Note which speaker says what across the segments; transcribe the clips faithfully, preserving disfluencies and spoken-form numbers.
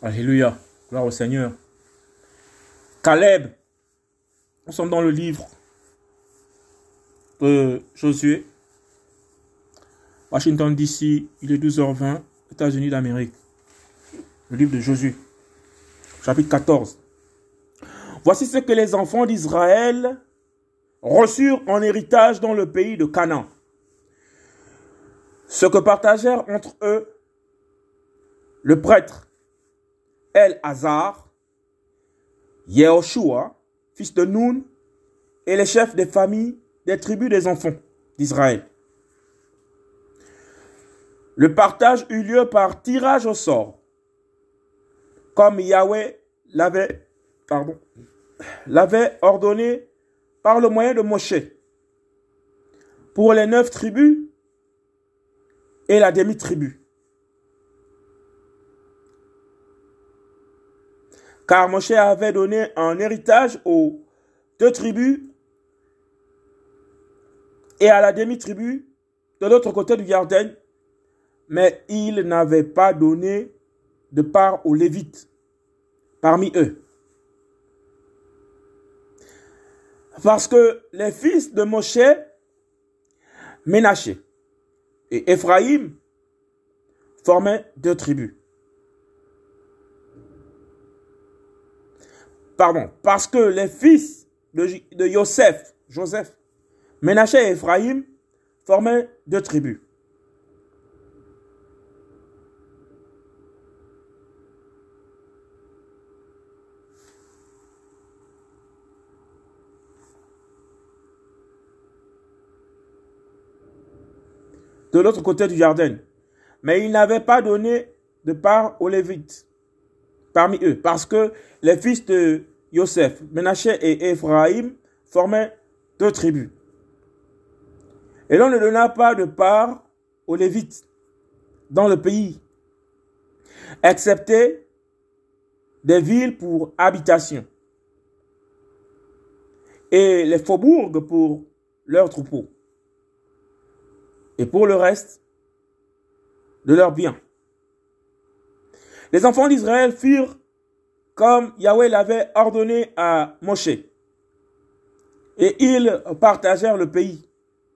Speaker 1: Alléluia. Gloire au Seigneur. Caleb. Nous sommes dans le livre de Josué. Washington D C, il est douze heures vingt, États-Unis d'Amérique. Le livre de Josué, chapitre quatorze. Voici ce que les enfants d'Israël reçurent en héritage dans le pays de Canaan. Ce que partagèrent entre eux le prêtre El-Hazar, Yehoshua, fils de Nun, et les chefs des familles des tribus des enfants d'Israël. Le partage eut lieu par tirage au sort, comme Yahweh l'avait, pardon, l'avait ordonné par le moyen de Moshe, pour les neuf tribus et la demi-tribu. Car Moshe avait donné un héritage aux deux tribus et à la demi-tribu de l'autre côté du Jourdain, mais il n'avait pas donné de part aux Lévites parmi eux. Parce que les fils de Moshe, Ménaché et Éphraïm, formaient deux tribus. Pardon, parce que les fils de, de Joseph, Joseph, Ménaché et Éphraïm formaient deux tribus. De l'autre côté du Jourdain. Mais il n'avait pas donné de part aux Lévites parmi eux, parce que les fils de Joseph, Ménaché et Éphraïm formaient deux tribus. Et l'on ne donna pas de part aux Lévites dans le pays, excepté des villes pour habitation et les faubourgs pour leurs troupeaux, et pour le reste de leurs biens. Les enfants d'Israël firent comme Yahweh l'avait ordonné à Moshe, et ils partagèrent le pays.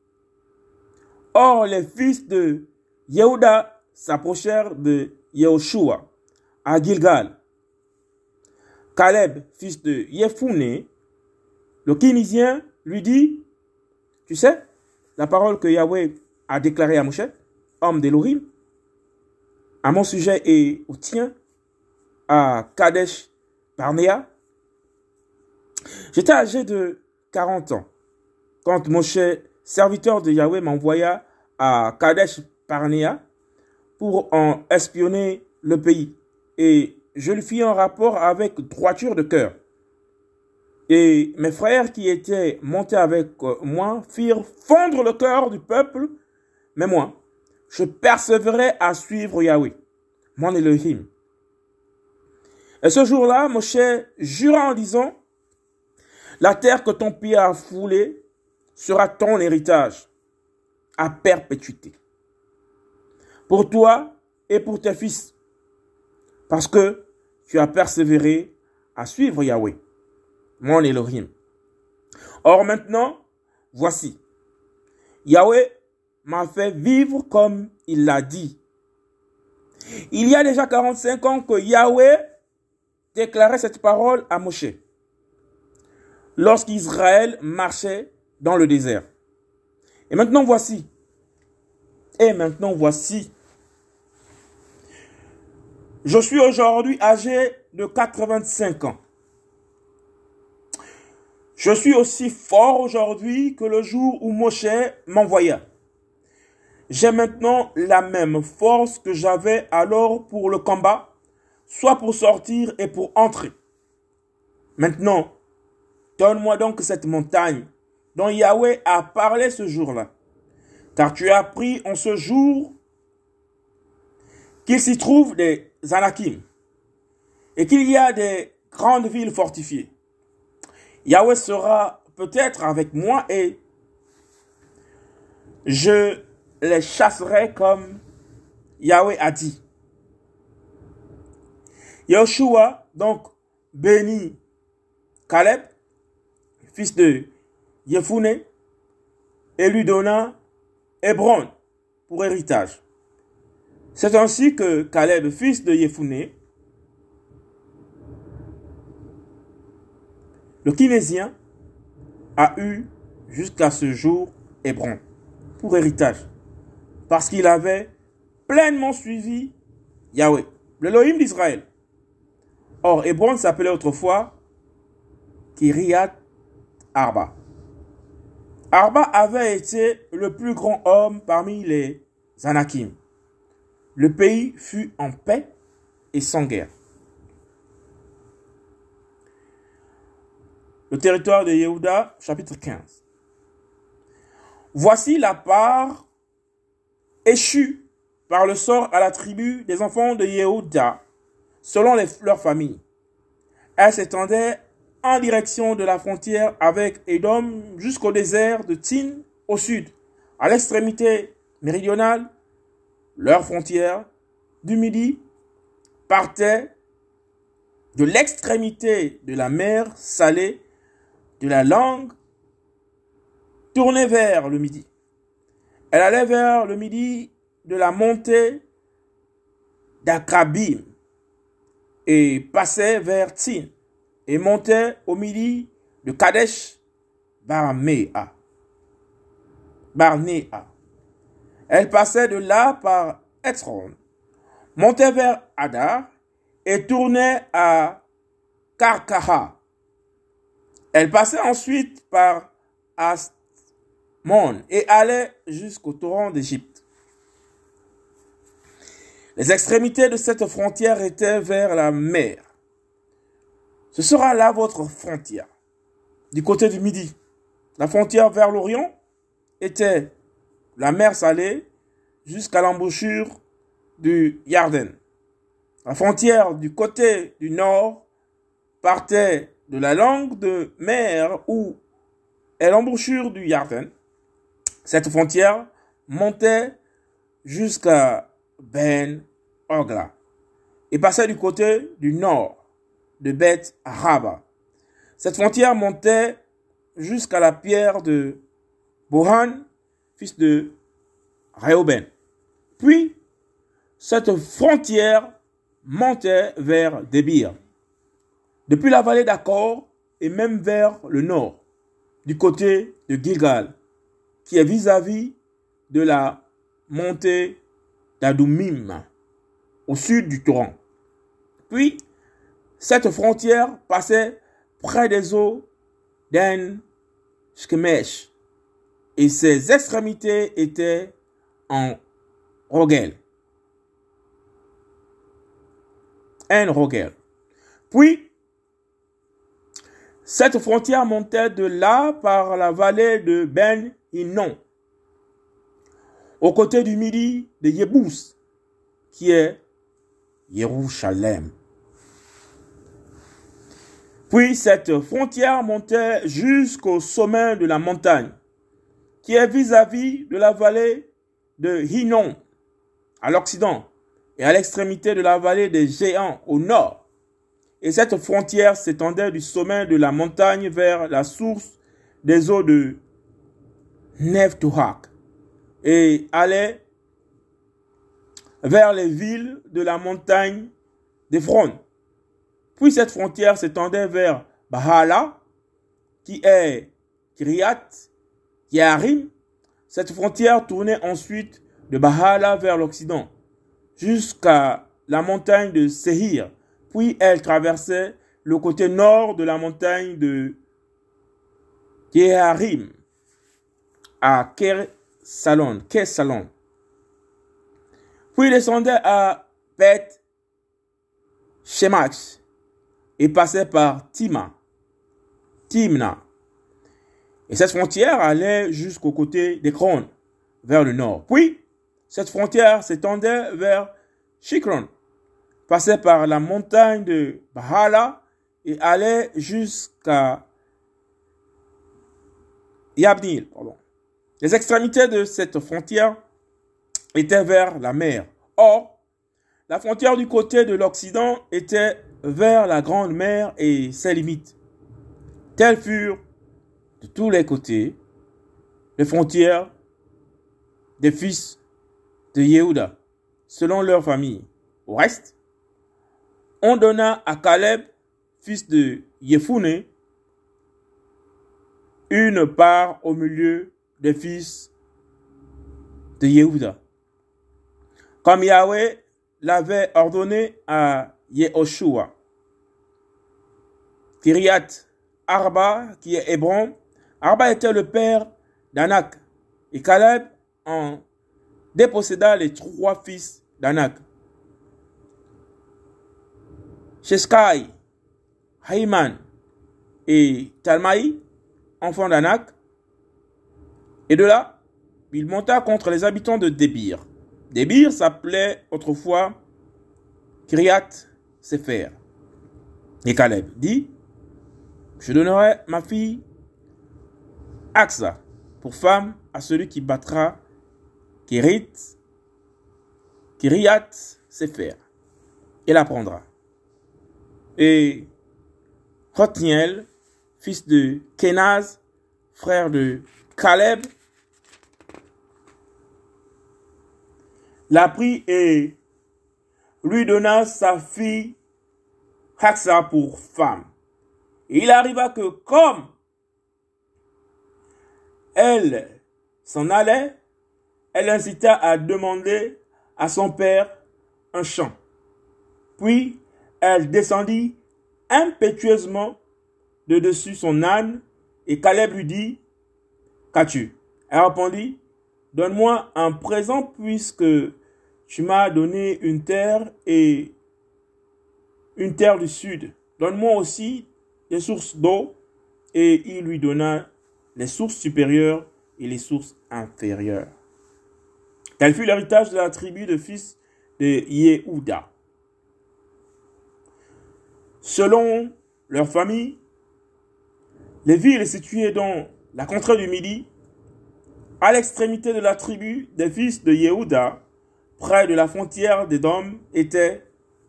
Speaker 1: Or, les fils de Yehuda s'approchèrent de Yehoshua à Gilgal. Caleb, fils de Yephuné, le Kénisien, lui dit, tu sais, la parole que Yahweh a déclarée à Moshe, homme d'Élohim, à mon sujet et au tien, à Kadesh Barnéa. J'étais âgé de quarante ans quand Moshe, serviteur de Yahweh, m'envoya à Kadesh Barnéa pour en espionner le pays. Et je lui fis un rapport avec droiture de cœur. Et mes frères qui étaient montés avec moi firent fondre le cœur du peuple, mais moi, je persévérais à suivre Yahweh, mon Elohim. Et ce jour-là, Moshe jura en disant, la terre que ton pied a foulée sera ton héritage à perpétuité, pour toi et pour tes fils, parce que tu as persévéré à suivre Yahweh, mon Elohim. Or maintenant, voici, Yahweh m'a fait vivre comme il l'a dit. Il y a déjà quarante-cinq ans que Yahweh déclarait cette parole à Moshe, lorsqu'Israël marchait dans le désert. Et maintenant voici, et maintenant voici, je suis aujourd'hui âgé de quatre-vingt-cinq ans. Je suis aussi fort aujourd'hui que le jour où Moshe m'envoya. J'ai maintenant la même force que j'avais alors pour le combat, soit pour sortir et pour entrer. Maintenant, donne-moi donc cette montagne dont Yahweh a parlé ce jour-là, car tu as appris en ce jour qu'il s'y trouve des Anakim et qu'il y a des grandes villes fortifiées. Yahweh sera peut-être avec moi et je les chasserai comme Yahweh a dit. Yahushua donc bénit Caleb, fils de Jephouné, et lui donna Hébron pour héritage. C'est ainsi que Caleb, fils de Jephouné, le Kinésien, a eu jusqu'à ce jour Hébron pour héritage, parce qu'il avait pleinement suivi Yahweh, l'Élohim d'Israël. Or, Hébron s'appelait autrefois Kiriath Arba. Arba avait été le plus grand homme parmi les Anakim. Le pays fut en paix et sans guerre. Le territoire de Yehuda, chapitre quinze. Voici la part échue par le sort à la tribu des enfants de Yehuda, selon les, leurs familles. Elle s'étendait en direction de la frontière avec Édom jusqu'au désert de Tin au sud, à l'extrémité méridionale. Leur frontière du midi partait de l'extrémité de la mer Salée, de la langue tournée vers le midi. Elle allait vers le midi de la montée d'Akrabim et passait vers Tin et montait au midi de Kadesh Barnéa. Barnéa. Elle passait de là par Etzron, montait vers Hadar et tournait à Karkara. Elle passait ensuite par Asmon et allait jusqu'au torrent d'Égypte. Les extrémités de cette frontière étaient vers la mer. Ce sera là votre frontière. Du côté du midi, la frontière vers l'Orient était la mer Salée jusqu'à l'embouchure du Yarden. La frontière du côté du nord partait de la langue de mer où est l'embouchure du Yarden. Cette frontière montait jusqu'à Ben Ogla et passait du côté du nord de Beth Araba. Cette frontière montait jusqu'à la pierre de Bohan, fils de Réoben. Puis, cette frontière montait vers Débir, depuis la vallée d'Accor et même vers le nord, du côté de Gilgal, qui est vis-à-vis de la montée d'Adoumim, au sud du torrent. Puis, cette frontière passait près des eaux d'En Shkemesh, et ses extrémités étaient en Rogel. En Rogel. Puis, cette frontière montait de là par la vallée de Ben Hinnom, au côté du midi de Yébous, qui est Jérusalem. Puis cette frontière montait jusqu'au sommet de la montagne, qui est vis-à-vis de la vallée de Hinnom, à l'occident, et à l'extrémité de la vallée des Géants, au nord. Et cette frontière s'étendait du sommet de la montagne vers la source des eaux de Neftouhak, et allait vers les villes de la montagne d'Ephron. Puis cette frontière s'étendait vers Bahala, qui est Kiriath Yearim. Cette frontière tournait ensuite de Bahala vers l'Occident, jusqu'à la montagne de Sehir. Puis elle traversait le côté nord de la montagne de Yearim, à Kesalon, Kesalon. Puis descendait à Beth Shemach et passait par Tima, Timna. Et cette frontière allait jusqu'au côté d'Ekron, vers le nord. Puis, cette frontière s'étendait vers Shikron, passait par la montagne de Bahala et allait jusqu'à Yabnil. Pardon. Les extrémités de cette frontière étaient vers la mer. Or, La frontière du côté de l'Occident était vers la Grande Mer et ses limites. Telles furent, de tous les côtés, les frontières des fils de Yehuda, selon leur famille. Au reste, on donna à Caleb, fils de Yefoune, une part au milieu des fils de Yehuda, comme Yahweh l'avait ordonné à Yehoshua. Kiriat Arba, qui est Hébron. Arba était le père d'Anak, et Caleb en déposséda les trois fils d'Anak. Sheskai, Haïman et Talmaï, enfants d'Anak. Et de là, il monta contre les habitants de Débir. Débir s'appelait autrefois Kiriat Sefer. Et Caleb dit, je donnerai ma fille Aksa pour femme à celui qui battra Kirit, Kiriat Sefer, et la prendra. Et Hotniel, fils de Kenaz, frère de Caleb, la prit et lui donna sa fille Aksa pour femme. Et il arriva que comme elle s'en allait, elle incita à demander à son père un champ. Puis elle descendit impétueusement de dessus son âne, et Caleb lui dit, qu'as-tu? Elle répondit, donne-moi un présent puisque tu m'as donné une terre et une terre du sud. Donne-moi aussi des sources d'eau. Et il lui donna les sources supérieures et les sources inférieures. Tel fut l'héritage de la tribu de fils de Yehuda. Selon leur famille, les villes situées dans la contrée du Midi, à l'extrémité de la tribu des fils de Yehuda, près de la frontière d'Édom, étaient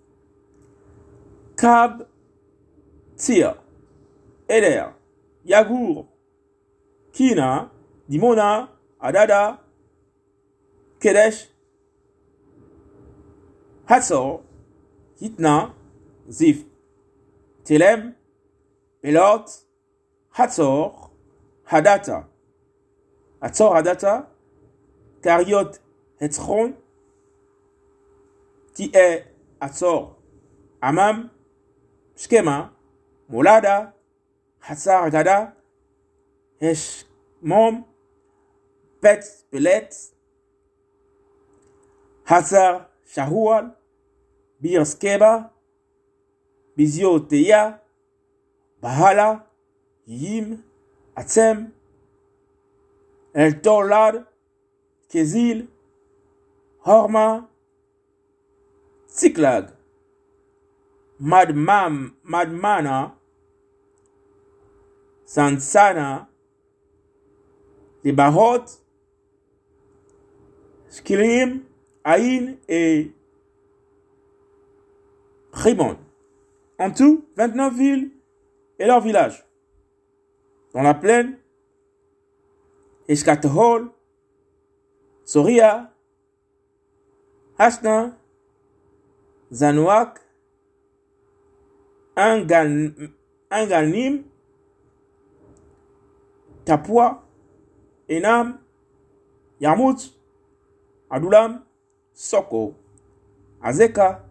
Speaker 1: Kab, Tir, Eder, Yagour, Kina, Dimona, Adada, Kedesh, Hatzor, Hitna, Zif, Telem, Belot, Hatzor, Hadata, Hatzor, Hadata, Kariot, Hetzron, qui est Hatzor, Amam, Shkema, Molada, Hatzar Gada, Heshmom, Bet Pelet, Hatzar Shahual, Birskeba, Bizioteya, Bahala, Yim, Atzem, El Torlad, Kezil, Horma, Tsiklag, Madmam, Madmana, Sansana, les Bahot, Skillim, Aïn et Rimon. En tout, vingt-neuf villes et leurs villages. Dans la plaine, Eshkatehol, Soria, Hashna, Zanouak, Anganim, Tapua, Enam, Yarmout, Adulam, Soko, Azeka,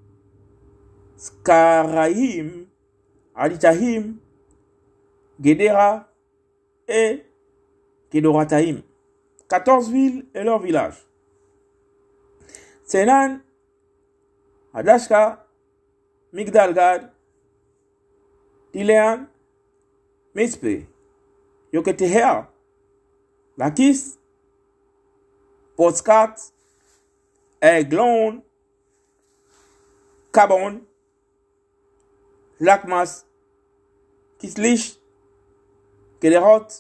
Speaker 1: Skaraim, Aditahim, Gedera et Kedorataim. quatorze villes et leurs villages. Tsenan, Adashka, Migdalgad, Dilean, Mitzpe, Yoketehea, Lakis, Potskat, Eglon, Kabon, Lakmas, Kislish, Kederot,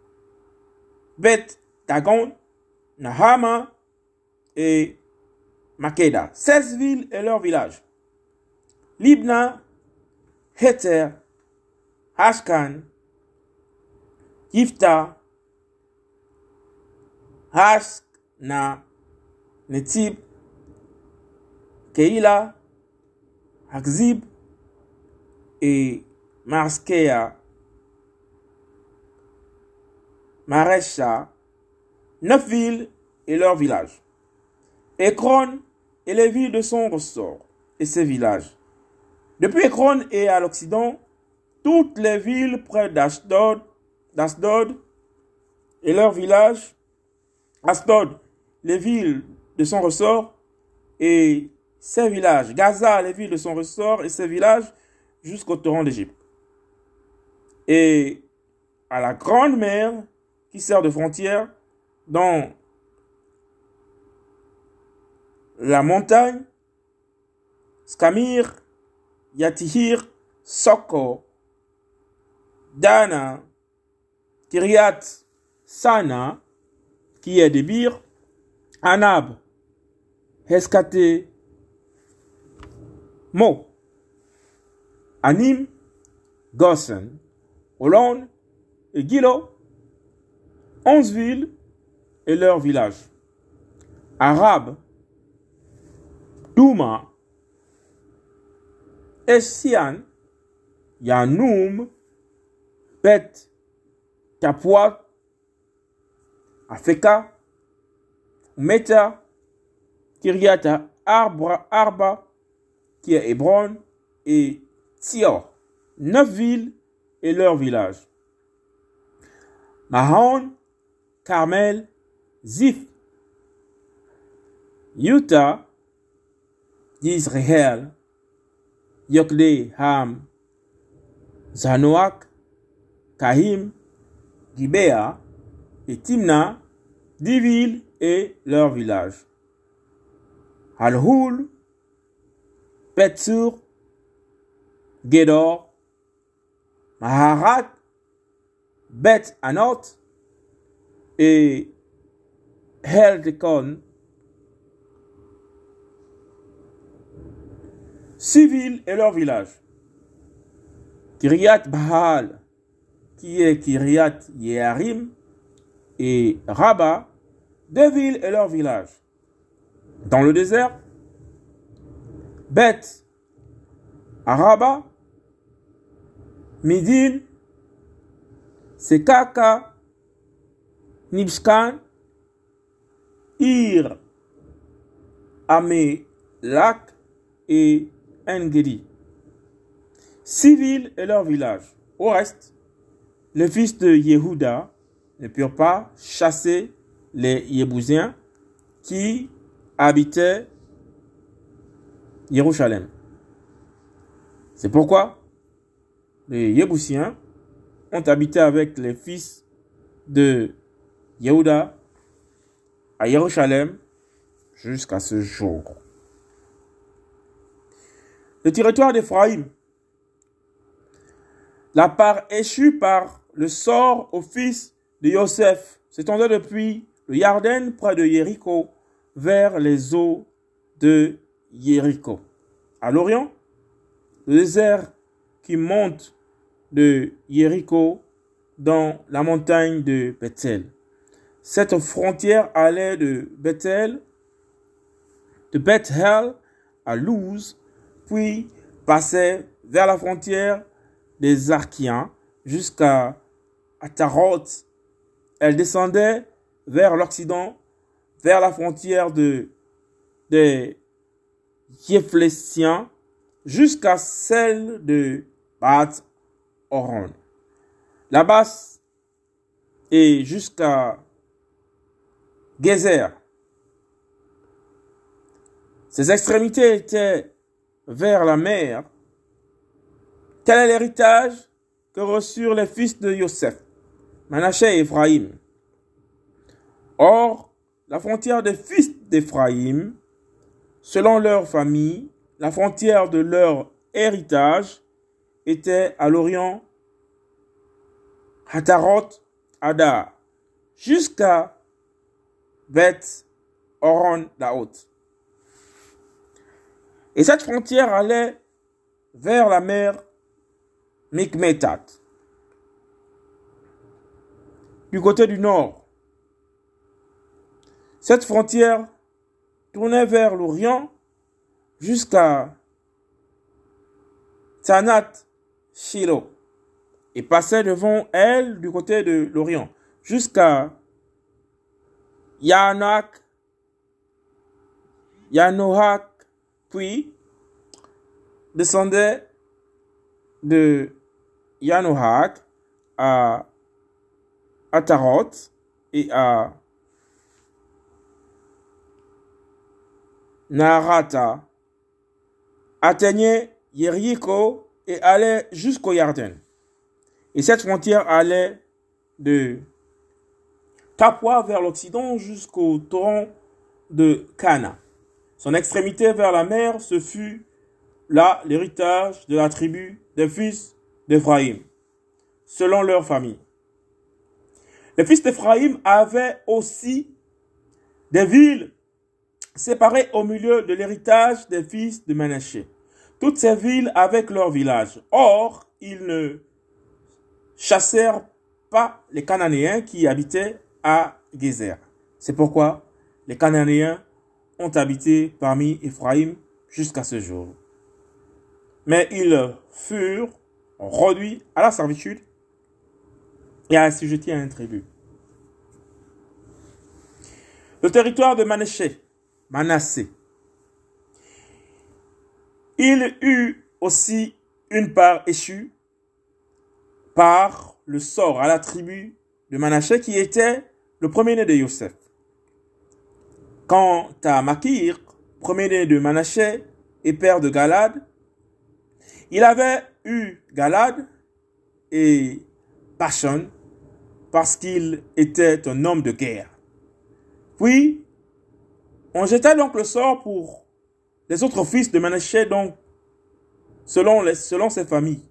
Speaker 1: Bet Dagon, Nahama et Makeda, seize villes et leurs villages. Libna, Heter, Ashkan, Yifta, Hashna, Netib, Keila, Akzib et Marskea, Maresha, neuf villes et leurs villages. Ekron et les villes de son ressort et ses villages. Depuis Ekron et à l'Occident, toutes les villes près d'Ashdod, d'Asdod et leurs villages, Asdod, les villes de son ressort et ses villages, Gaza, les villes de son ressort et ses villages, jusqu'au torrent d'Égypte. Et à la grande mer qui sert de frontière dans la montagne, Skamir, Yatihir, Soko, Dana, Kiryat, Sana, qui est Débir, Anab, Heskate, Mo, Anim, Gosen, Hollande et Gilo, onze villes et leurs villages. Arabes, Douma, Essian, Yanoum, Bet, Kapouat, Afeka, Meta, Kiryata, Arba, Arba, qui est Hébron, et Tior, neuf villes et leurs villages. Mahon, Carmel, Ziph, Utah, Israël, Yokde, Ham, Zanoak, Kahim, Gibea et Timna, dix villes et leurs villages. Halhul, Betsur, Gedor, Maharat, Bet Anot et Heldekon, six villes et leurs villages. Kiryat Baal, qui est Kiryat Yeharim, et Rabat, deux villes et leurs villages. Dans le désert, Beth, Araba, Midin, Sekaka, Nibskan, Ir, Amelak et Engedi. Six villes et leurs villages. Au reste, les fils de Yehuda ne purent pas chasser les Yébousiens qui habitaient Jérusalem. C'est pourquoi les Yébousiens ont habité avec les fils de Yehuda à Jérusalem jusqu'à ce jour. Le territoire d'Éphraïm, la part échue par le sort au fils de Yosef, s'étendait depuis le Yarden près de Jéricho vers les eaux de Jéricho. À l'Orient, le désert qui monte de Jéricho dans la montagne de Bethel. Cette frontière allait de Bethel, de Bethel à Luz, puis passait vers la frontière des Arkiens jusqu'à Ataroth. Elle descendait vers l'Occident, vers la frontière de, des Yéphlésiens, jusqu'à celle de Bath Horon. La basse et jusqu'à Gézer. Ses extrémités étaient vers la mer. Tel est l'héritage que reçurent les fils de Yosef, Manassé et Éphraïm. Or, la frontière des fils d'Éphraïm, selon leur famille, la frontière de leur héritage, était à l'Orient, Hataroth Adar, jusqu'à Beth Horon la Haute. Et cette frontière allait vers la mer Mikmétat. Du côté du nord, cette frontière tournait vers l'Orient jusqu'à Tanat Shilo et passait devant elle du côté de l'Orient jusqu'à Yanak, Yanohak, puis descendait de Yanohak à Ataroth et à Narata, atteignait Jéricho et allait jusqu'au Yarden. Et cette frontière allait de Tapua vers l'Occident jusqu'au torrent de Cana. Son extrémité vers la mer, ce fut là l'héritage de la tribu des fils d'Éphraïm, selon leur famille. Les fils d'Éphraïm avaient aussi des villes séparées au milieu de l'héritage des fils de Manassé. Toutes ces villes avec leurs villages. Or, ils ne chassèrent pas les Cananéens qui habitaient à Gézer. C'est pourquoi les Cananéens ont habité parmi Éphraïm jusqu'à ce jour. Mais ils furent réduits à la servitude et assujettis à un tribut. Le territoire de Manassé, Manassé. Il eut aussi une part échue par le sort à la tribu de Manassé qui était le premier-né de Joseph. Quant à Makir, premier-né de Manassé et père de Galad, il avait eu Galad et Bashan parce qu'il était un homme de guerre. Puis, on jeta donc le sort pour les autres fils de Manassé, donc selon, les, selon ses familles.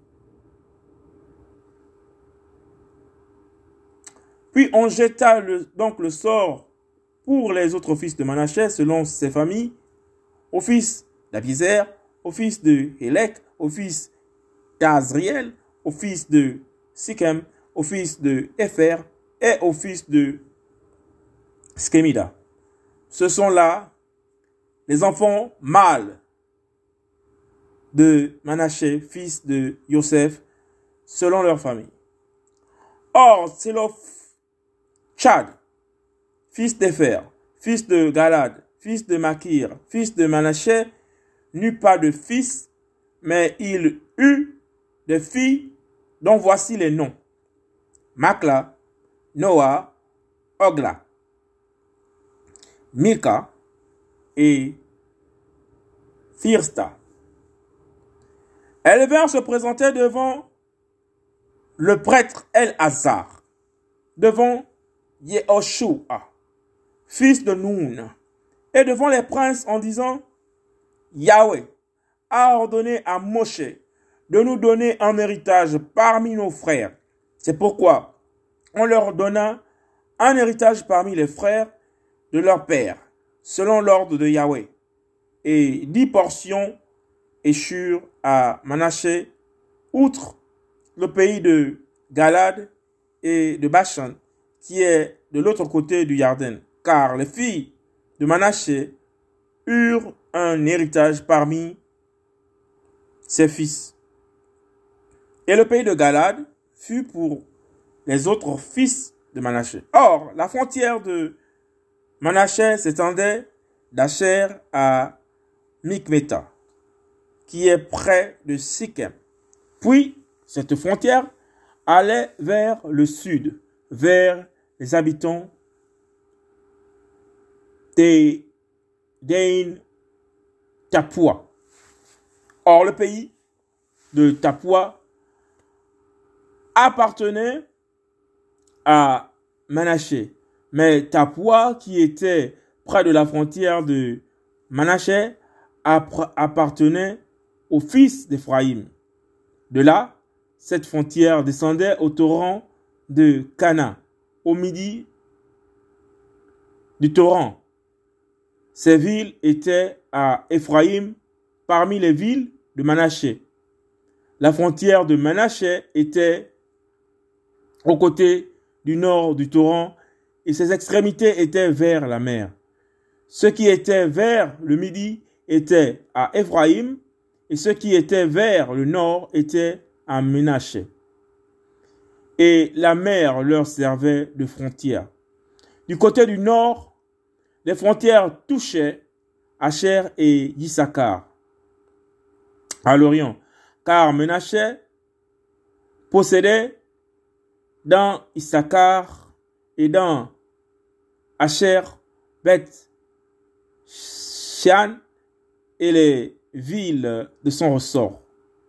Speaker 1: Puis on jeta le, donc le sort pour les autres fils de Manassé, selon ses familles, au fils d'Abiezer, au fils de Hélec, au fils d'Azriel, au fils de Sichem, au fils de Épher et au fils de Skemida. Ce sont là les enfants mâles de Manassé, fils de Joseph, selon leur famille. Or, Tselophchad, fils d'Épher, fils de Galad, fils de Makir, fils de Manassé, n'eut pas de fils, mais il eut des filles dont voici les noms. Makla, Noah, Ogla, Mika et Thirsta. Elles vinrent se présenter devant le prêtre El-Hazar, devant Yehoshua, fils de Noun, et devant les princes en disant: Yahweh a ordonné à Moshe de nous donner un héritage parmi nos frères. C'est pourquoi on leur donna un héritage parmi les frères de leur père, selon l'ordre de Yahweh. Et dix portions échurent à Manassé, outre le pays de Galad et de Bashan, qui est de l'autre côté du Yarden, car les filles de Manassé eurent un héritage parmi ses fils. Et le pays de Galad fut pour les autres fils de Manassé. Or, la frontière de Manassé s'étendait d'Asher à Mikméta, qui est près de Sichem. Puis, cette frontière allait vers le sud, vers les habitants des d'Ain Tapua. Or, le pays de Tapua appartenait à Manassé. Mais Tapua, qui était près de la frontière de Manassé, appartenait aux fils d'Éphraïm. De là, cette frontière descendait au torrent de Cana, au midi du torrent. Ces villes étaient à Éphraïm parmi les villes de Manassé. La frontière de Manassé était au côté du nord du torrent et ses extrémités étaient vers la mer. Ce qui était vers le midi était à Éphraïm et ce qui était vers le nord était à Ménaché. Et la mer leur servait de frontière. Du côté du nord, les frontières touchaient Asher et Issachar à l'Orient, car Ménaché possédait dans Issachar et dans Asher, Beth Shean et les villes de son ressort.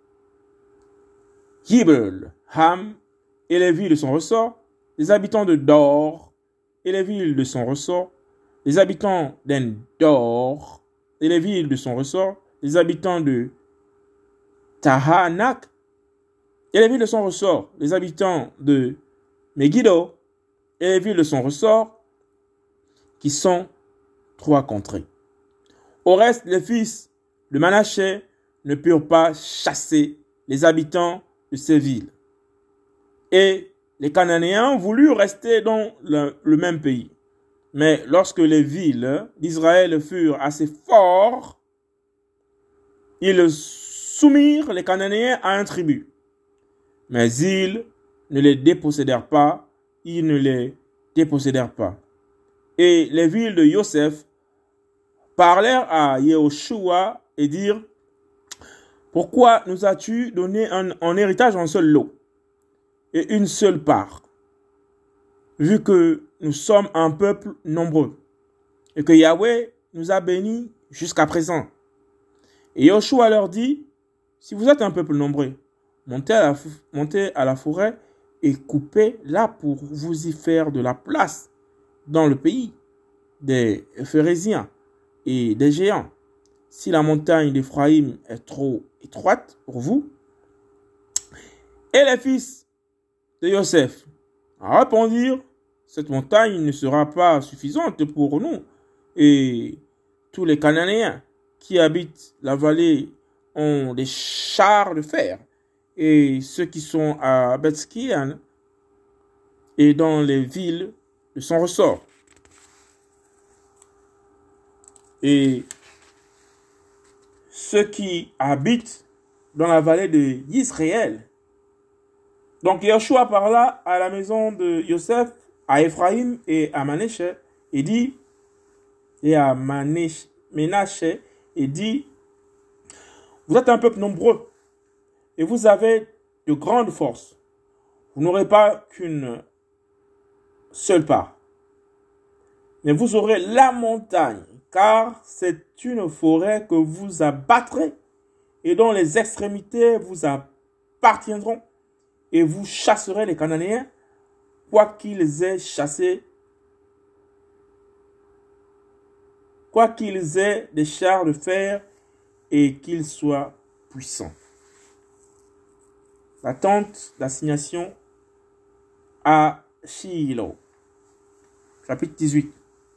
Speaker 1: Gibel, Ham et les villes de son ressort, les habitants de Dor et les villes de son ressort, les habitants d'Endor et les villes de son ressort, les habitants de Tahanak et les villes de son ressort, les habitants de Megiddo et les villes de son ressort, qui sont trois contrées. Au reste, les fils de Manassé ne purent pas chasser les habitants de ces villes. Et les Cananéens voulurent rester dans le, le même pays. Mais lorsque les villes d'Israël furent assez forts, ils soumirent les Cananéens à un tribut. Mais ils ne les dépossédèrent pas, ils ne les dépossédèrent pas. Et les villes de Yosef parlèrent à Yehoshua et dirent: pourquoi nous as-tu donné en, en héritage un seul lot et une seule part, vu que nous sommes un peuple nombreux et que Yahweh nous a bénis jusqu'à présent? Et Yehoshua leur dit: si vous êtes un peuple nombreux, montez à la, montez à la forêt et coupez-la pour vous y faire de la place dans le pays des Phérésiens et des géants. Si la montagne d'Éphraïm est trop étroite pour vous. Et les fils de Yosef répondirent: cette montagne ne sera pas suffisante pour nous. Et tous les Cananéens qui habitent la vallée ont des chars de fer. Et ceux qui sont à Bethskian et dans les villes de son ressort. Et ceux qui habitent dans la vallée de Israël. Donc Yehoshua parla à la maison de Yosef, à Éphraïm et à Manassé, et dit, et à Ménaché, et dit: vous êtes un peuple nombreux, et vous avez de grandes forces. Vous n'aurez pas qu'une seule part, mais vous aurez la montagne, car c'est une forêt que vous abattrez et dont les extrémités vous appartiendront, et vous chasserez les Cananéens, quoi qu'ils aient chassé, quoi qu'ils aient des chars de fer et qu'ils soient puissants. La tente d'assignation à Shiloh. Chapitre dix-huit.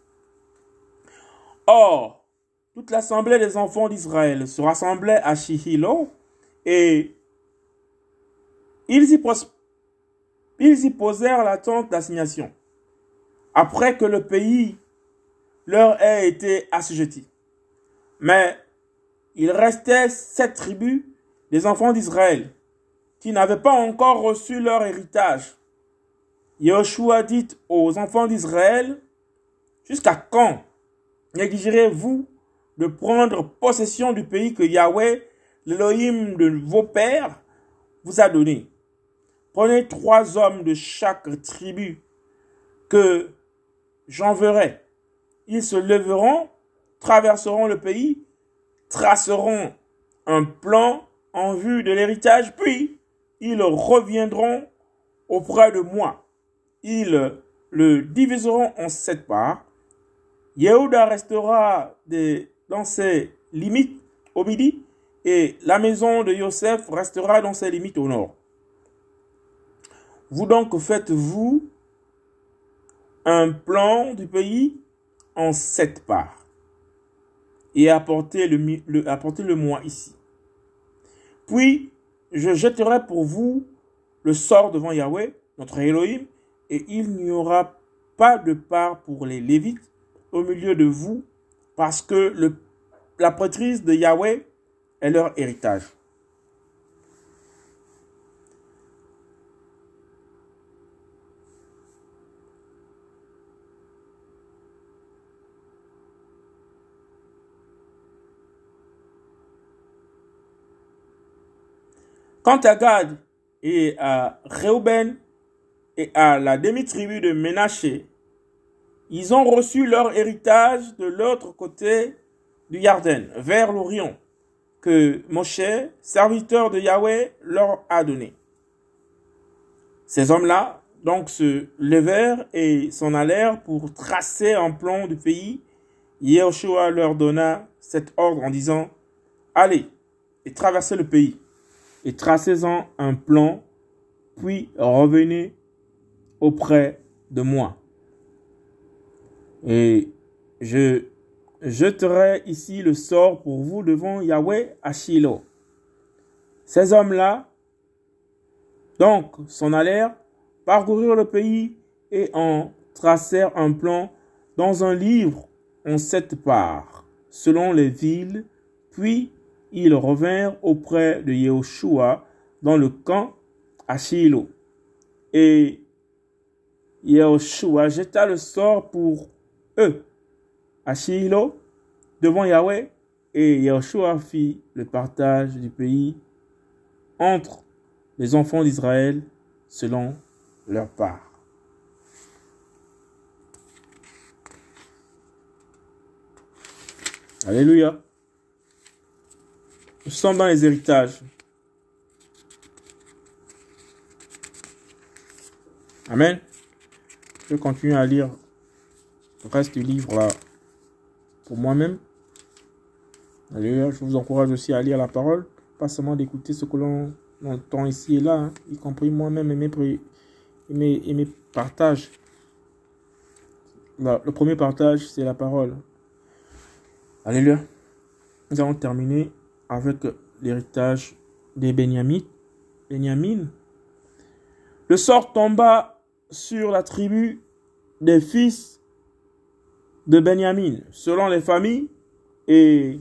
Speaker 1: Or, toute l'assemblée des enfants d'Israël se rassemblait à Shiloh et ils y, pos- ils y posèrent la tente d'assignation après que le pays leur ait été assujetti. Mais il restait sept tribus des enfants d'Israël qui n'avaient pas encore reçu leur héritage. Yehoshua dit aux enfants d'Israël: jusqu'à quand négligerez-vous de prendre possession du pays que Yahweh, l'Élohim de vos pères, vous a donné? Prenez trois hommes de chaque tribu que j'enverrai. Ils se lèveront, traverseront le pays, traceront un plan en vue de l'héritage, puis ils reviendront auprès de moi. Ils le diviseront en sept parts. Yehuda restera des, dans ses limites au midi et la maison de Yosef restera dans ses limites au nord. Vous donc faites-vous un plan du pays en sept parts. et apportez le, le, apportez le moi ici. Puis, je jetterai pour vous le sort devant Yahweh, notre Elohim, et il n'y aura pas de part pour les Lévites au milieu de vous, parce que le, la prêtrise de Yahweh est leur héritage. Quant à Gad et à Réuben et à la demi-tribu de Ménaché, ils ont reçu leur héritage de l'autre côté du Yarden, vers l'Orient, que Moshe, serviteur de Yahweh, leur a donné. Ces hommes-là, donc, se levèrent et s'en allèrent pour tracer un plan du pays. Yehoshua leur donna cet ordre en disant, « Allez et traversez le pays, et tracez-en un plan, puis revenez auprès de moi. Et je jeterai ici le sort pour vous devant Yahweh à Shiloh. » Ces hommes-là, donc, s'en allèrent, parcourirent le pays et en tracèrent un plan dans un livre en sept parts, selon les villes, puis ils revinrent auprès de Yehoshua dans le camp à Shiloh. Et Yehoshua jeta le sort pour eux à Shiloh devant Yahweh, et Yehoshua fit le partage du pays entre les enfants d'Israël selon leur part. Alléluia. Nous sommes dans les héritages. Amen. Je continue à lire le reste du livre là pour moi-même. Alléluia. Je vous encourage aussi à lire la parole, pas seulement d'écouter ce que l'on entend ici et là, hein, y compris moi-même et mes, et mes, et mes partages. Là, le premier partage, c'est la parole. Alléluia. Nous allons terminer avec l'héritage des Bényamites. Bényamin. Le sort tomba sur la tribu des fils de Bényamin, selon les familles, et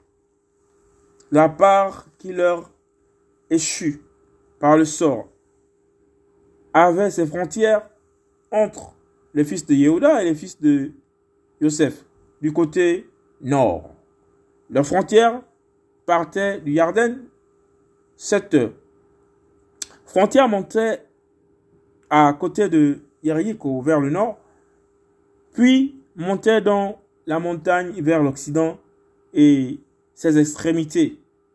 Speaker 1: la part qui leur échut par le sort avait ses frontières entre les fils de Yehuda et les fils de Yosef, du côté nord. Leurs frontières partaient du Yarden. Cette frontière montait à côté de Jéricho vers le nord, puis montait dans la montagne vers l'occident, et ses extrémités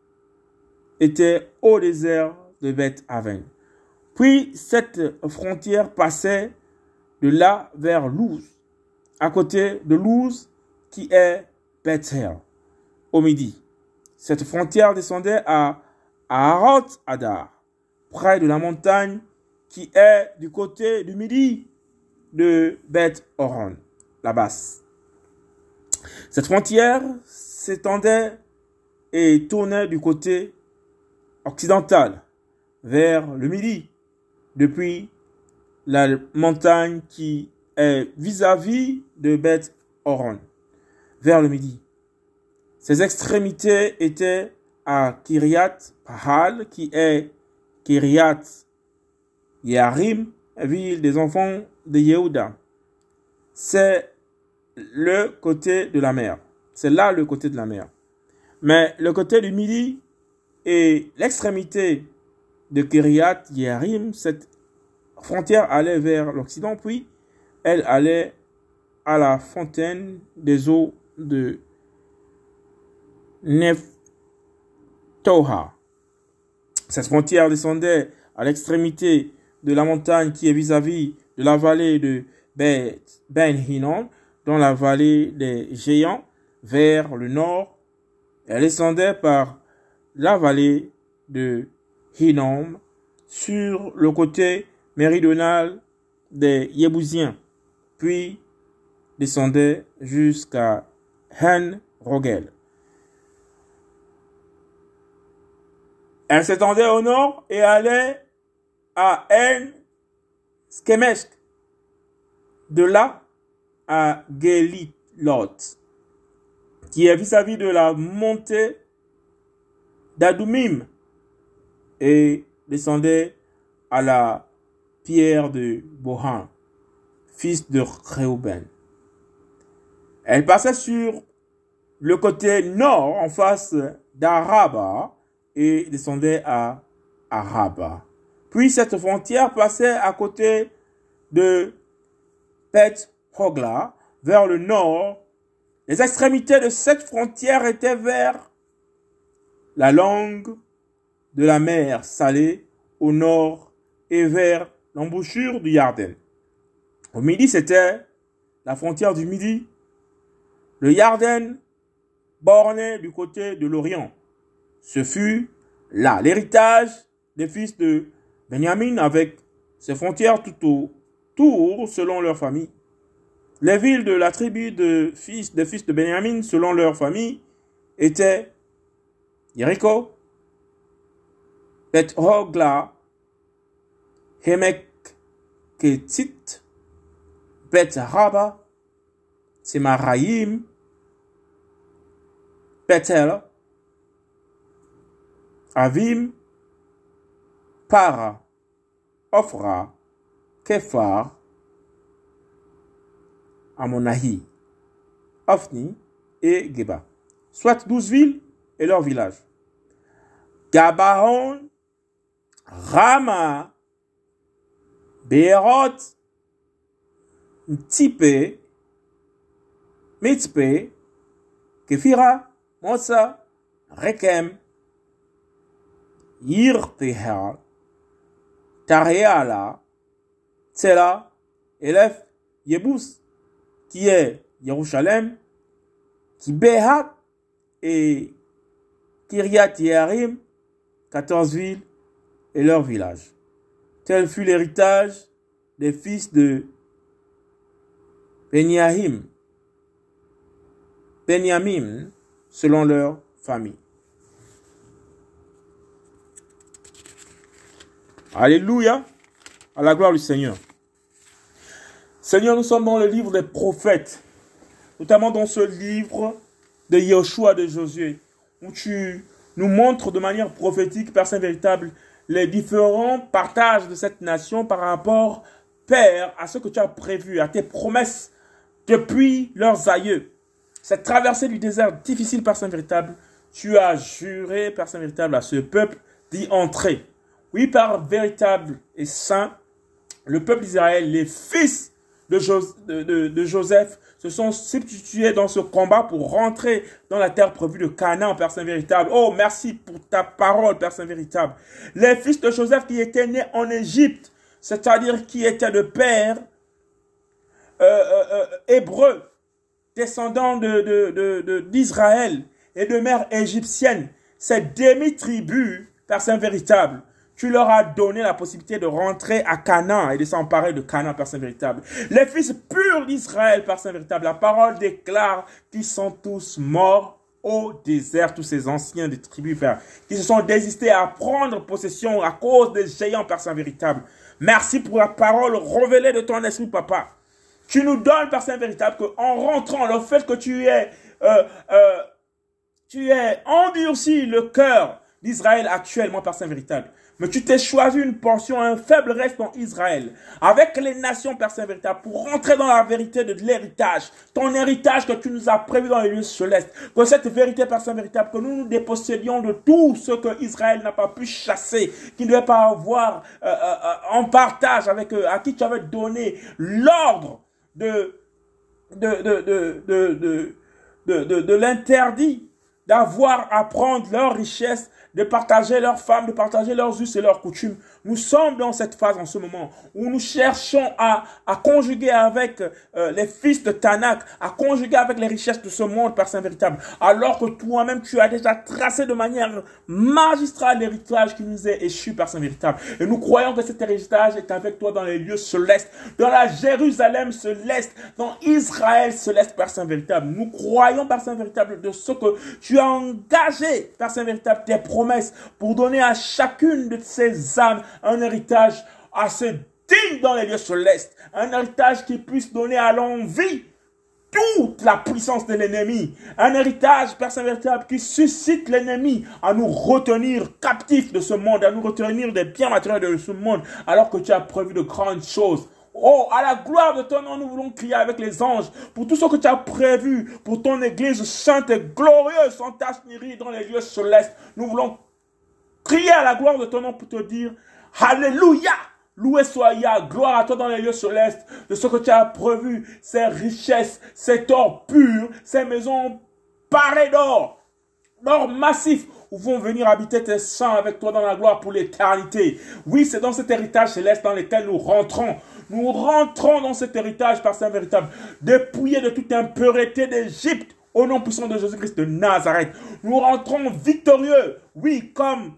Speaker 1: étaient au désert de Beth-Aven. Puis cette frontière passait de là vers Luz, à côté de Luz qui est Bethel, au midi. Cette frontière descendait à Aharoth Adar, près de la montagne qui est du côté du midi de Beth-Horon, la basse. Cette frontière s'étendait et tournait du côté occidental vers le midi, depuis la montagne qui est vis-à-vis de Beth-Horon, vers le midi. Ses extrémités étaient à Kiriath Pahal, qui est Kiriath Yearim, ville des enfants de Yehuda. C'est le côté de la mer. C'est là le côté de la mer. Mais le côté du midi et l'extrémité de Kiriath Yearim, cette frontière allait vers l'Occident, puis elle allait à la fontaine des eaux de Nephtoha. Cette frontière descendait à l'extrémité de la montagne qui est vis-à-vis de la vallée de Beth Ben Hinnom, dans la vallée des Géants, vers le nord. Elle descendait par la vallée de Hinnom sur le côté méridional des Yébousiens, puis descendait jusqu'à Hen Rogel, Elle s'étendait au nord et allait à En-Skemesh. De là à Gelilot, qui est vis-à-vis de la montée d'Adumim, et descendait à la pierre de Bohan, fils de Réhouben. Elle passait sur le côté nord, en face d'Araba, et descendait à Araba. Puis cette frontière passait à côté de Beth Hogla, vers le nord. Les extrémités de cette frontière étaient vers la langue de la mer Salée au nord et vers l'embouchure du Yarden. Au midi, c'était la frontière du midi. Le Yarden bornait du côté de l'Orient. Ce fut là l'héritage des fils de Benjamin avec ses frontières tout autour selon leur famille. Les villes de la tribu de fils, des fils de Benjamin selon leur famille étaient Jéricho, Beth Hogla, Hemek Ketzit, Beth Araba, Semaraïm, Bethel, Avim, Para, Ophra, Kephar, Amonahi, Ophni et Geba, soit douze villes et leurs villages. Gabaon, Rama, Beerot, Mtipe, Mitzpe, Kefira, Mosa, Rekem, Yirtehal, Tareala, Tsela, Elef, Yebus, qui est Jérusalem, Kibehat et Kiryat Yearim, quatorze villes et leurs villages. Tel fut l'héritage des fils de Benyamin, Benyamin, selon leur famille. Alléluia, à la gloire du Seigneur. Seigneur, nous sommes dans le livre des prophètes, notamment dans ce livre de Yoshua de Josué, où tu nous montres de manière prophétique, Père Saint véritable, les différents partages de cette nation par rapport, Père, à ce que tu as prévu, à tes promesses depuis leurs aïeux. Cette traversée du désert difficile, Père Saint véritable, tu as juré, Père Saint véritable, à ce peuple d'y entrer. Oui, Père véritable et saint, le peuple d'Israël, les fils de, Jos de, de, de Joseph, se sont substitués dans ce combat pour rentrer dans la terre prévue de Canaan, Père Saint véritable. Oh, merci pour ta parole, Père Saint véritable. Les fils de Joseph qui étaient nés en Égypte, c'est-à-dire qui étaient de père euh, euh, euh, hébreu, descendants de, de, de, de, d'Israël et de mère égyptienne, ces demi-tribus, Père Saint véritable, tu leur as donné la possibilité de rentrer à Canaan et de s'emparer de Canaan, Père Saint véritable. Les fils purs d'Israël, Père Saint véritable, la parole déclare qu'ils sont tous morts au désert, tous ces anciens des tribus, Père, qui se sont désistés à prendre possession à cause des géants, Père Saint véritable. Merci pour la parole révélée de ton esprit, Papa. Tu nous donnes, Père Saint véritable, qu'en rentrant, le fait que tu es, euh, euh, tu es endurci le cœur d'Israël actuellement, Père Saint véritable. Mais tu t'es choisi une portion, un faible reste en Israël, avec les nations, Père Saint véritable, pour rentrer dans la vérité de l'héritage, ton héritage que tu nous as prévu dans les lieux célestes. Que cette vérité, Père Saint véritable, que nous nous dépossédions de tout ce que Israël n'a pas pu chasser, qui ne devait pas avoir euh, euh, en partage avec eux, à qui tu avais donné l'ordre de, de, de, de, de, de, de, de, de l'interdit d'avoir à prendre leurs richesses, de partager leurs femmes, de partager leurs us et leurs coutumes. Nous sommes dans cette phase en ce moment où nous cherchons à, à conjuguer avec euh, les fils de Tanak, à conjuguer avec les richesses de ce monde, Père Saint véritable, alors que toi-même tu as déjà tracé de manière magistrale l'héritage qui nous est échu, Père Saint véritable. Et nous croyons que cet héritage est avec toi dans les lieux célestes, dans la Jérusalem céleste, dans Israël céleste, Père Saint véritable. Nous croyons, Père Saint véritable, de ce que tu as engagé, Père Saint véritable, tes promesses promesses, pour donner à chacune de ces âmes un héritage assez digne dans les lieux célestes, un héritage qui puisse donner à l'envie toute la puissance de l'ennemi, un héritage, Père Saint véritable, qui suscite l'ennemi à nous retenir captifs de ce monde, à nous retenir des biens matériels de ce monde, alors que tu as prévu de grandes choses. Oh, à la gloire de ton nom, nous voulons crier avec les anges pour tout ce que tu as prévu pour ton église sainte et glorieuse, sans tache ni ride dans les lieux célestes. Nous voulons crier à la gloire de ton nom pour te dire Alléluia! Loué soit Yah, gloire à toi dans les lieux célestes, de ce que tu as prévu, ces richesses, cet or pur, ces maisons parées d'or, d'or massif, où vont venir habiter tes saints avec toi dans la gloire pour l'éternité. Oui, c'est dans cet héritage céleste dans lequel nous rentrons. Nous rentrons dans cet héritage par Saint véritable, dépouillé de toute impureté d'Égypte, au nom puissant de Jésus-Christ de Nazareth. Nous rentrons victorieux, oui, comme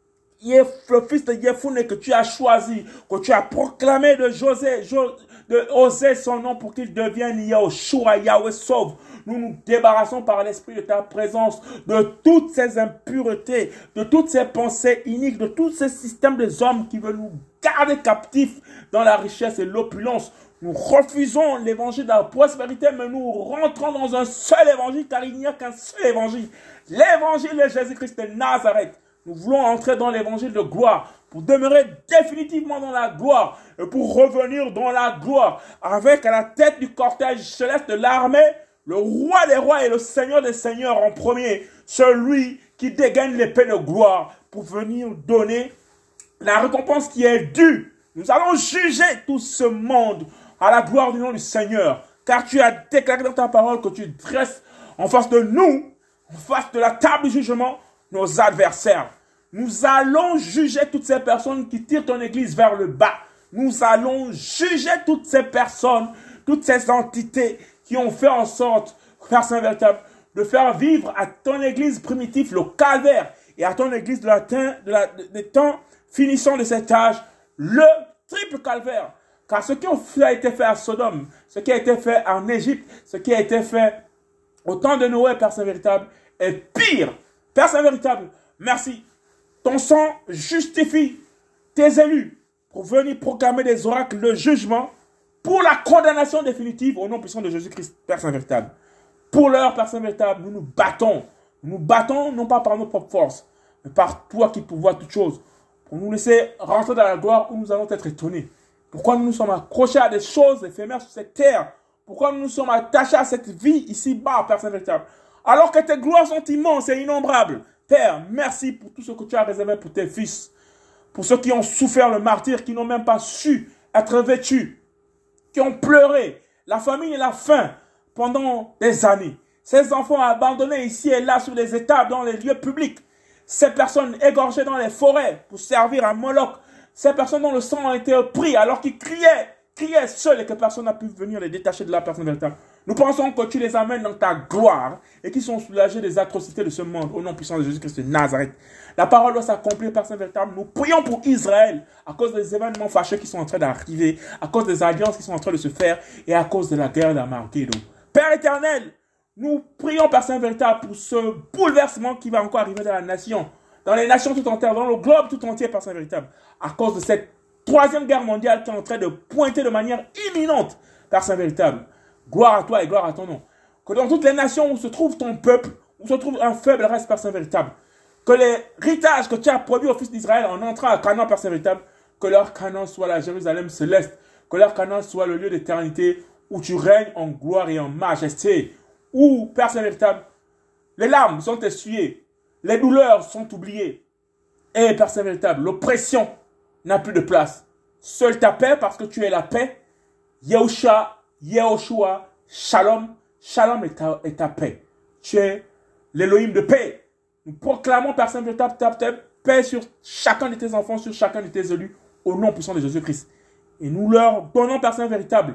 Speaker 1: le fils de Yefune que tu as choisi, que tu as proclamé de José, de oser son nom pour qu'il devienne Yahushua, Yahweh sauve. Nous nous débarrassons par l'esprit de ta présence de toutes ces impuretés, de toutes ces pensées iniques, de tous ces systèmes des hommes qui veulent nous garder captifs dans la richesse et l'opulence. Nous refusons l'évangile de la prospérité, mais nous rentrons dans un seul évangile, car il n'y a qu'un seul évangile. L'évangile de Jésus-Christ de Nazareth. Nous voulons entrer dans l'évangile de gloire pour demeurer définitivement dans la gloire et pour revenir dans la gloire avec à la tête du cortège céleste de l'armée, le roi des rois et le seigneur des seigneurs en premier, celui qui dégaine l'épée de gloire pour venir donner la récompense qui est due. Nous allons juger tout ce monde à la gloire du nom du Seigneur, car tu as déclaré dans ta parole que tu dresses en face de nous, en face de la table du jugement, nos adversaires. Nous allons juger toutes ces personnes qui tirent ton église vers le bas. Nous allons juger toutes ces personnes, toutes ces entités qui ont fait en sorte, Père Saint véritable, de faire vivre à ton église primitive le calvaire et à ton église de la, de la, de, des temps finissant de cet âge, le triple calvaire. Car ce qui a été fait à Sodome, ce qui a été fait en Égypte, ce qui a été fait au temps de Noé, Père Saint véritable, est pire. Père Saint véritable, merci. Ton sang justifie tes élus pour venir proclamer des oracles de jugement pour la condamnation définitive au nom puissant de Jésus-Christ, Père Saint véritable. Pour l'heure, Père Saint véritable, nous nous battons. Nous nous battons non pas par nos propres forces, mais par toi qui pourvois toutes choses, pour nous laisser rentrer dans la gloire où nous allons être étonnés. Pourquoi nous nous sommes accrochés à des choses éphémères sur cette terre? Pourquoi nous nous sommes attachés à cette vie ici-bas, Père Saint véritable? Alors que tes gloires sont immenses et innombrables. Père, merci pour tout ce que tu as réservé pour tes fils. Pour ceux qui ont souffert le martyre, qui n'ont même pas su être vêtus, qui ont pleuré la famine et la faim pendant des années. Ces enfants abandonnés ici et là sur les étables, dans les lieux publics. Ces personnes égorgées dans les forêts pour servir à Moloch. Ces personnes dont le sang a été pris alors qu'ils criaient, criaient seuls et que personne n'a pu venir les détacher de la personne véritable. Nous pensons que tu les amènes dans ta gloire et qu'ils sont soulagés des atrocités de ce monde au nom puissant de Jésus-Christ de Nazareth. La parole doit s'accomplir par Saint véritable. Nous prions pour Israël à cause des événements fâcheux qui sont en train d'arriver, à cause des alliances qui sont en train de se faire et à cause de la guerre d'Armageddon. Père éternel, nous prions par Saint véritable pour ce bouleversement qui va encore arriver dans la nation, dans les nations tout entières, dans le globe tout entier par Saint véritable, à cause de cette troisième guerre mondiale qui est en train de pointer de manière imminente par Saint véritable. Gloire à toi et gloire à ton nom. Que dans toutes les nations où se trouve ton peuple, où se trouve un faible reste par Saint véritable, que l'héritage que tu as produit au fils d'Israël en entrant à Canaan par Saint véritable, que leur Canaan soit la Jérusalem céleste, que leur Canaan soit le lieu d'éternité où tu règnes en gloire et en majesté, où, Père Saint véritable, les larmes sont essuyées, les douleurs sont oubliées, et Père Saint véritable, l'oppression n'a plus de place. Seule ta paix, parce que tu es la paix, Yahusha, Yahushua, Shalom, Shalom est ta, est ta paix. Tu es l'Élohim de paix. Nous proclamons, Père Saint véritable, ta paix sur chacun de tes enfants, sur chacun de tes élus, au nom puissant de Jésus-Christ. Et nous leur donnons, Père Saint véritable,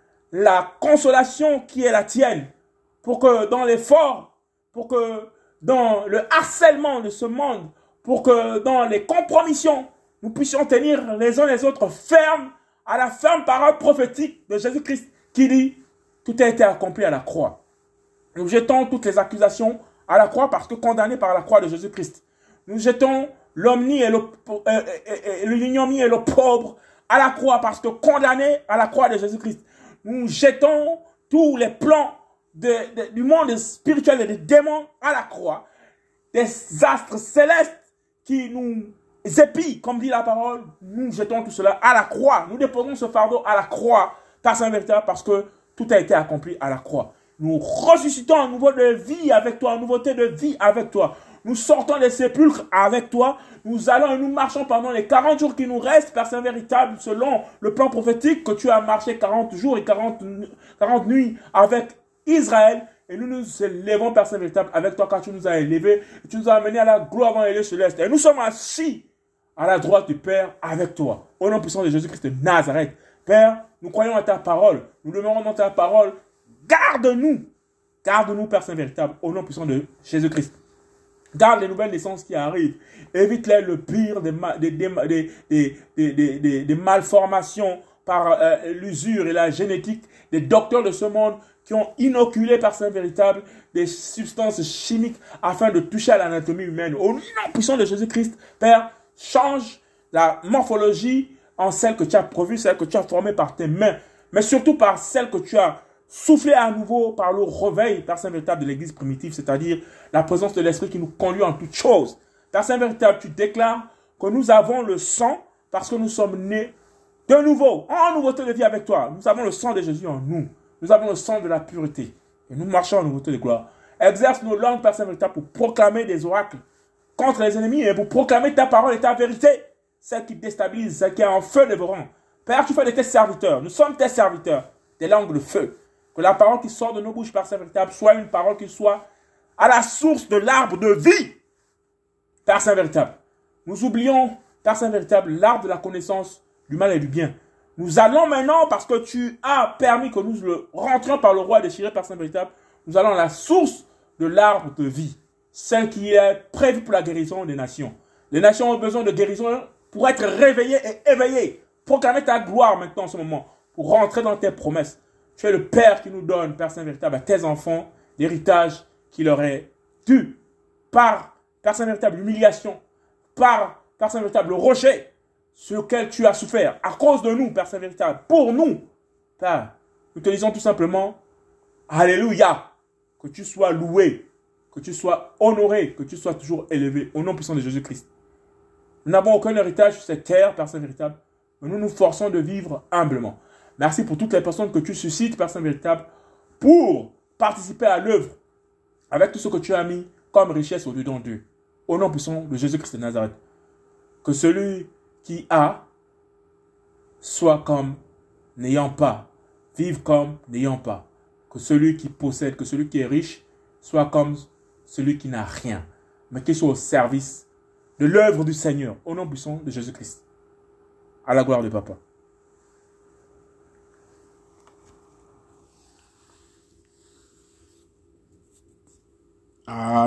Speaker 1: la consolation qui est la tienne, pour que dans l'effort, pour que dans le harcèlement de ce monde, pour que dans les compromissions, nous puissions tenir les uns les autres fermes à la ferme parole prophétique de Jésus-Christ qui dit « Tout a été accompli à la croix ». Nous jetons toutes les accusations à la croix parce que condamnés par la croix de Jésus-Christ. Nous jetons l'omni et le, euh, et, et, le ignomi et le pauvre à la croix parce que condamnés à la croix de Jésus-Christ. Nous jetons tous les plans de, de, du monde spirituel et des démons à la croix. Des astres célestes qui nous épient, comme dit la parole, nous jetons tout cela à la croix. Nous déposons ce fardeau à la croix, Père Saint véritable, parce que tout a été accompli à la croix. Nous ressuscitons un nouveau de vie avec toi, une nouveauté de vie avec toi. Nous sortons des sépulcres avec toi. Nous allons et nous marchons pendant les quarante jours qui nous restent, Père Saint véritable, selon le plan prophétique que tu as marché quarante jours et quarante, quarante nuits avec Israël. Et nous nous élevons, Père Saint véritable, avec toi, car tu nous as élevés. Et tu nous as amenés à la gloire dans les lieux célestes. Et nous sommes assis à la droite du Père avec toi. Au nom puissant de Jésus-Christ de Nazareth. Père, nous croyons à ta parole. Nous demeurons dans ta parole. Garde-nous. Garde-nous, Père Saint véritable, au nom puissant de Jésus-Christ. Garde les nouvelles naissances qui arrivent. Évite-les le pire des, des, des, des, des, des, des, des malformations par euh, l'usure et la génétique des docteurs de ce monde qui ont inoculé, par Saint véritable, des substances chimiques afin de toucher à l'anatomie humaine. Au nom puissant de Jésus-Christ, Père, change la morphologie en celle que tu as prévue, celle que tu as formée par tes mains, mais surtout par celle que tu as soufflée à nouveau par le réveil, Père Saint véritable, de l'Église primitive, c'est-à-dire la présence de l'Esprit qui nous conduit en toutes choses. Père Saint véritable, tu déclares que nous avons le sang parce que nous sommes nés de nouveau, en nouveauté de vie avec toi. Nous avons le sang de Jésus en nous. Nous avons le sang de la pureté. Et nous marchons en nouveauté de gloire. Exerce nos langues, Père Saint véritable, pour proclamer des oracles contre les ennemis et pour proclamer ta parole et ta vérité. Celle qui déstabilise, celle qui est en feu dévorant. Père, tu fais de tes serviteurs. Nous sommes tes serviteurs. Des langues de feu. Que la parole qui sort de nos bouches, Père Saint véritable, soit une parole qui soit à la source de l'arbre de vie. Père Saint véritable. Nous oublions, Père Saint véritable, l'arbre de la connaissance du mal et du bien. Nous allons maintenant, parce que tu as permis que nous le rentrions par le roi déchiré, Père Saint véritable, nous allons à la source de l'arbre de vie. Celle qui est prévue pour la guérison des nations. Les nations ont besoin de guérison pour être réveillées et éveillées. Proclamer ta gloire maintenant en ce moment, pour rentrer dans tes promesses. Tu es le Père qui nous donne, Père Saint véritable, à tes enfants, l'héritage qui leur est dû. Par, Père Saint véritable, l'humiliation. Par, Père Saint véritable, le rocher sur lequel tu as souffert. À cause de nous, Père Saint véritable. Pour nous. Père, nous te disons tout simplement, Alléluia. Que tu sois loué. Que tu sois honoré. Que tu sois toujours élevé. Au nom puissant de Jésus-Christ. Nous n'avons aucun héritage sur cette terre, Père Saint véritable. Mais nous nous forçons de vivre humblement. Merci pour toutes les personnes que tu suscites, Père Saint véritable, pour participer à l'œuvre avec tout ce que tu as mis comme richesse au-dedans d'eux. Au nom puissant de Jésus-Christ de Nazareth. Que celui qui a soit comme n'ayant pas. Vive comme n'ayant pas. Que celui qui possède, que celui qui est riche, soit comme celui qui n'a rien. Mais qu'il soit au service de l'œuvre du Seigneur. Au nom puissant de Jésus-Christ. À la gloire du Papa. Amen.